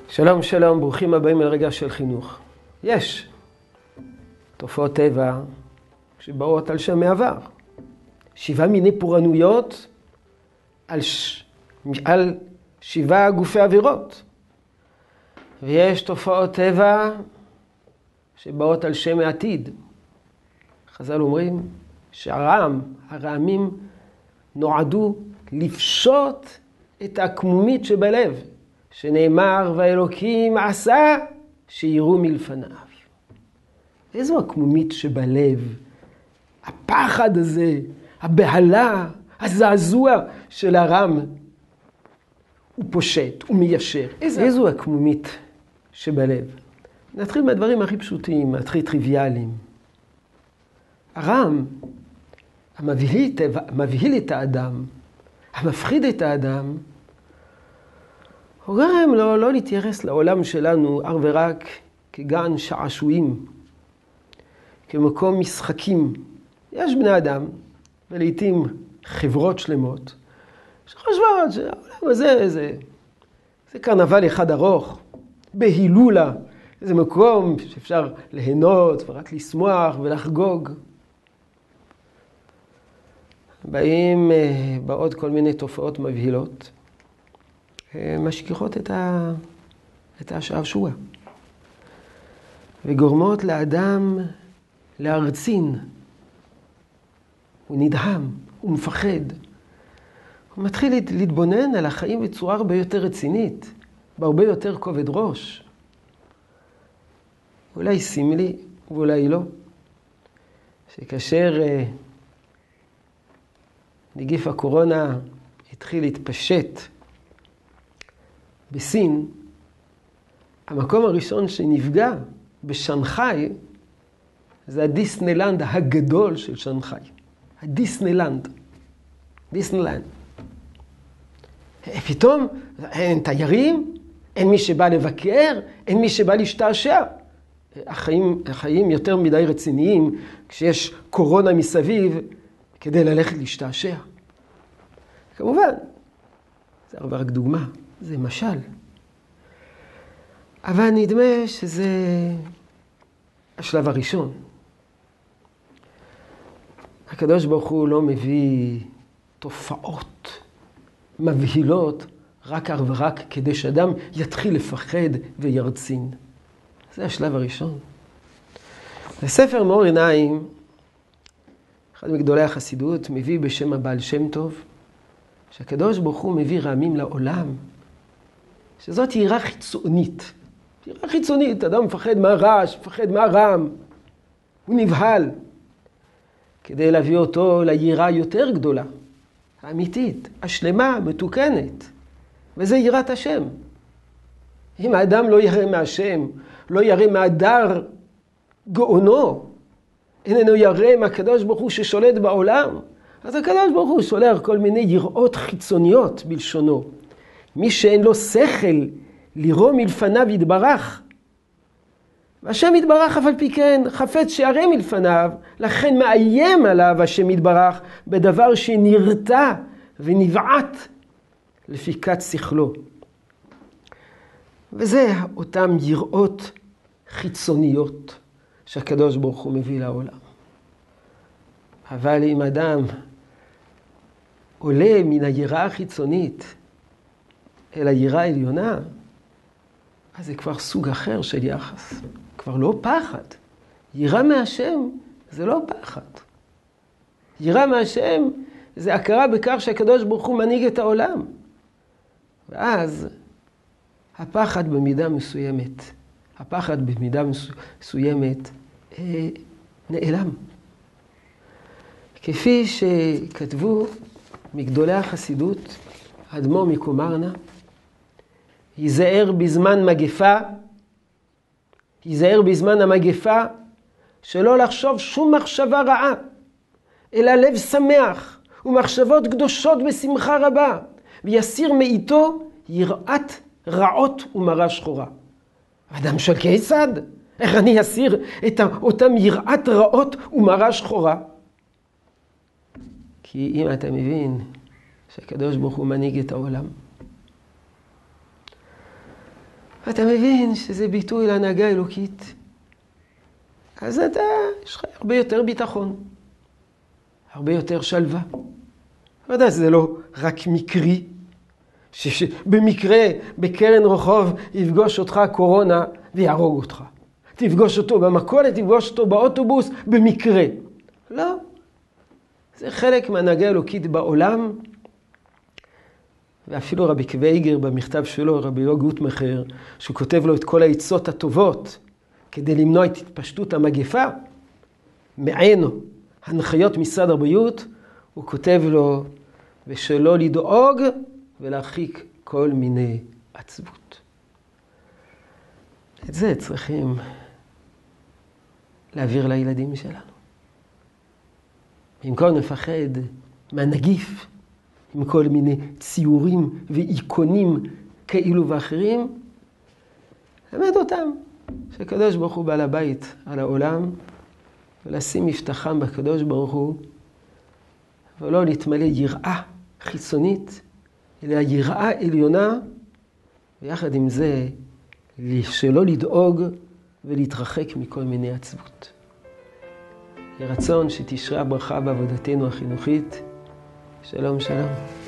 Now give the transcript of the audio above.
שלום שלום, ברוכים הבאים אל רגע של חינוך. יש תופעות טבע שבאות על שם מעבר. 7 מיני פורענויות על 7 גופי עבירות. ויש תופעות טבע שבאות על שם העתיד. חז"ל אומרים הרעמים נועדו לפשוט את הקמומית שבלב, שנאמר והאלוקים עשה שיראו מלפניו. איזו הקמומית שבלב? הפחד הזה, הבהלה, הזעזוע של הרם. הוא פושט, הוא מיישר. איזו הקמומית שבלב? נתחיל מהדברים הכי פשוטים, הכי טריוויאליים. הרם, המבהיל את האדם, המפחיד את האדם, הוא גורם לו לא להתייחס לעולם שלנו אך ורק כגן שעשועים, כמקום משחקים. יש בני אדם, ולעיתים חברות שלמות, שחושבות שהעולם הזה זה קרנבל אחד ארוך, בהילולה, איזה מקום שאפשר ליהנות ורק לשמוח ולחגוג. באות כל מיני תופעות מבהילות, משכיחות את השעשוע, וגורמות לאדם להרצין. הוא נדהם, הוא מפחד. הוא מתחיל להתבונן על החיים בצורה הרבה יותר רצינית, בהרבה יותר כובד ראש. אולי סמלי ואולי לא. שכאשר נגיף הקורונה התחיל להתפשט בסין, המקום הראשון שנפגע בשנגחאי זה הדיסנילנד הגדול של שנגחאי. הדיסנילנד. דיסנילנד. פתאום אין תיירים, אין מי שבא לבקר, אין מי שבא להשתעשע. החיים יותר מדי רציניים כשיש קורונה מסביב כדי ללכת להשתעשע. כמובן, זה רק דוגמה. זה משל. אבל נדמה שזה השלב הראשון. הקדוש ברוך הוא לא מביא תופעות מבהילות רק ורק כדי שאדם יתחיל לפחד וירצין. זה השלב הראשון. בספר מאור עיניים, אחד מגדולי החסידות מביא בשם הבעל שם טוב, שהקדוש ברוך הוא מביא רעמים לעולם, שזאת יראה חיצונית. יראה חיצונית, אדם מפחד מהרעש, מפחד מהרעם. הוא נבהל. כדי להביא אותו ליראה יותר גדולה, האמיתית, השלמה, המתוקנת. וזה יראת השם. אם האדם לא ירא מהשם, לא ירא מהדר גאונו, איננו ירא מהקדוש ברוך הוא ששולט בעולם, אז הקדוש ברוך הוא שולח כל מיני יראות חיצוניות בלשונו. מי שאין לו שכל לרוא מלפניו יתברך. והשם יתברך אף על פי כן חפץ שירא מלפניו, לכן מאיים עליו השם יתברך בדבר שנרתע ונבעט לפי קץ שכלו. וזה אותם יראות חיצוניות שהקדוש ברוך הוא מביא לעולם. אבל אם אדם עולה מן היראה החיצונית אל היראה העליונה, אז זה כבר סוג אחר של יחס. כבר לא פחד. יראה מהשם זה לא פחד. יראה מהשם זה הכרה בכך שהקדוש ברוך הוא מנהיג את העולם. ואז הפחד במידה מסוימת, נעלם. כפי שכתבו מגדולי החסידות, אדמו"ר מקומרנה, היזהר בזמן המגפה שלא לחשוב שום מחשבה רעה, אלא לב שמח ומחשבות קדושות בשמחה רבה, ויסיר מאיתו יראת רעות ומרה שחורה. אדם שואל כיצד? איך אני אסיר את אותם יראת רעות ומרה שחורה? כי אם אתה מבין שהקדוש ברוך הוא מנהיג את העולם, ואתה מבין שזה ביטוי להנהגה אלוקית. אז יש לך הרבה יותר ביטחון, הרבה יותר שלווה. אתה יודע, זה לא רק מקרי, שבמקרה בקרן רחוב יפגוש אותך קורונה ויהרוג אותך. תפגוש אותו במכולת, תפגוש אותו באוטובוס, במקרה. לא. זה חלק מהנהגה אלוקית בעולם, ואפילו רבי קוויגר במכתב שלו, רבי יהודה גוטמכר, שהוא כותב לו את כל העצות הטובות, כדי למנוע את התפשטות המגפה, מעינו הנחיות משרד הבריאות, הוא כותב לו, ושלא לדאוג ולהרחיק כל מיני עצבות. את זה צריכים להעביר לילדים שלנו. במקום נפחד מהנגיף, עם כל מיני ציורים ואיקונים כאלו ואחרים, למד אותם שקדוש ברוך הוא בעל הבית על העולם, ולשים מבטחם בקדוש ברוך הוא, ולא להתמלא יראה חיצונית, אלא יראה עליונה, ויחד עם זה, שלא לדאוג ולהתרחק מכל מיני עצבות. יהי רצון שתשרה ברכה בעבודתנו החינוכית. שלום שלום.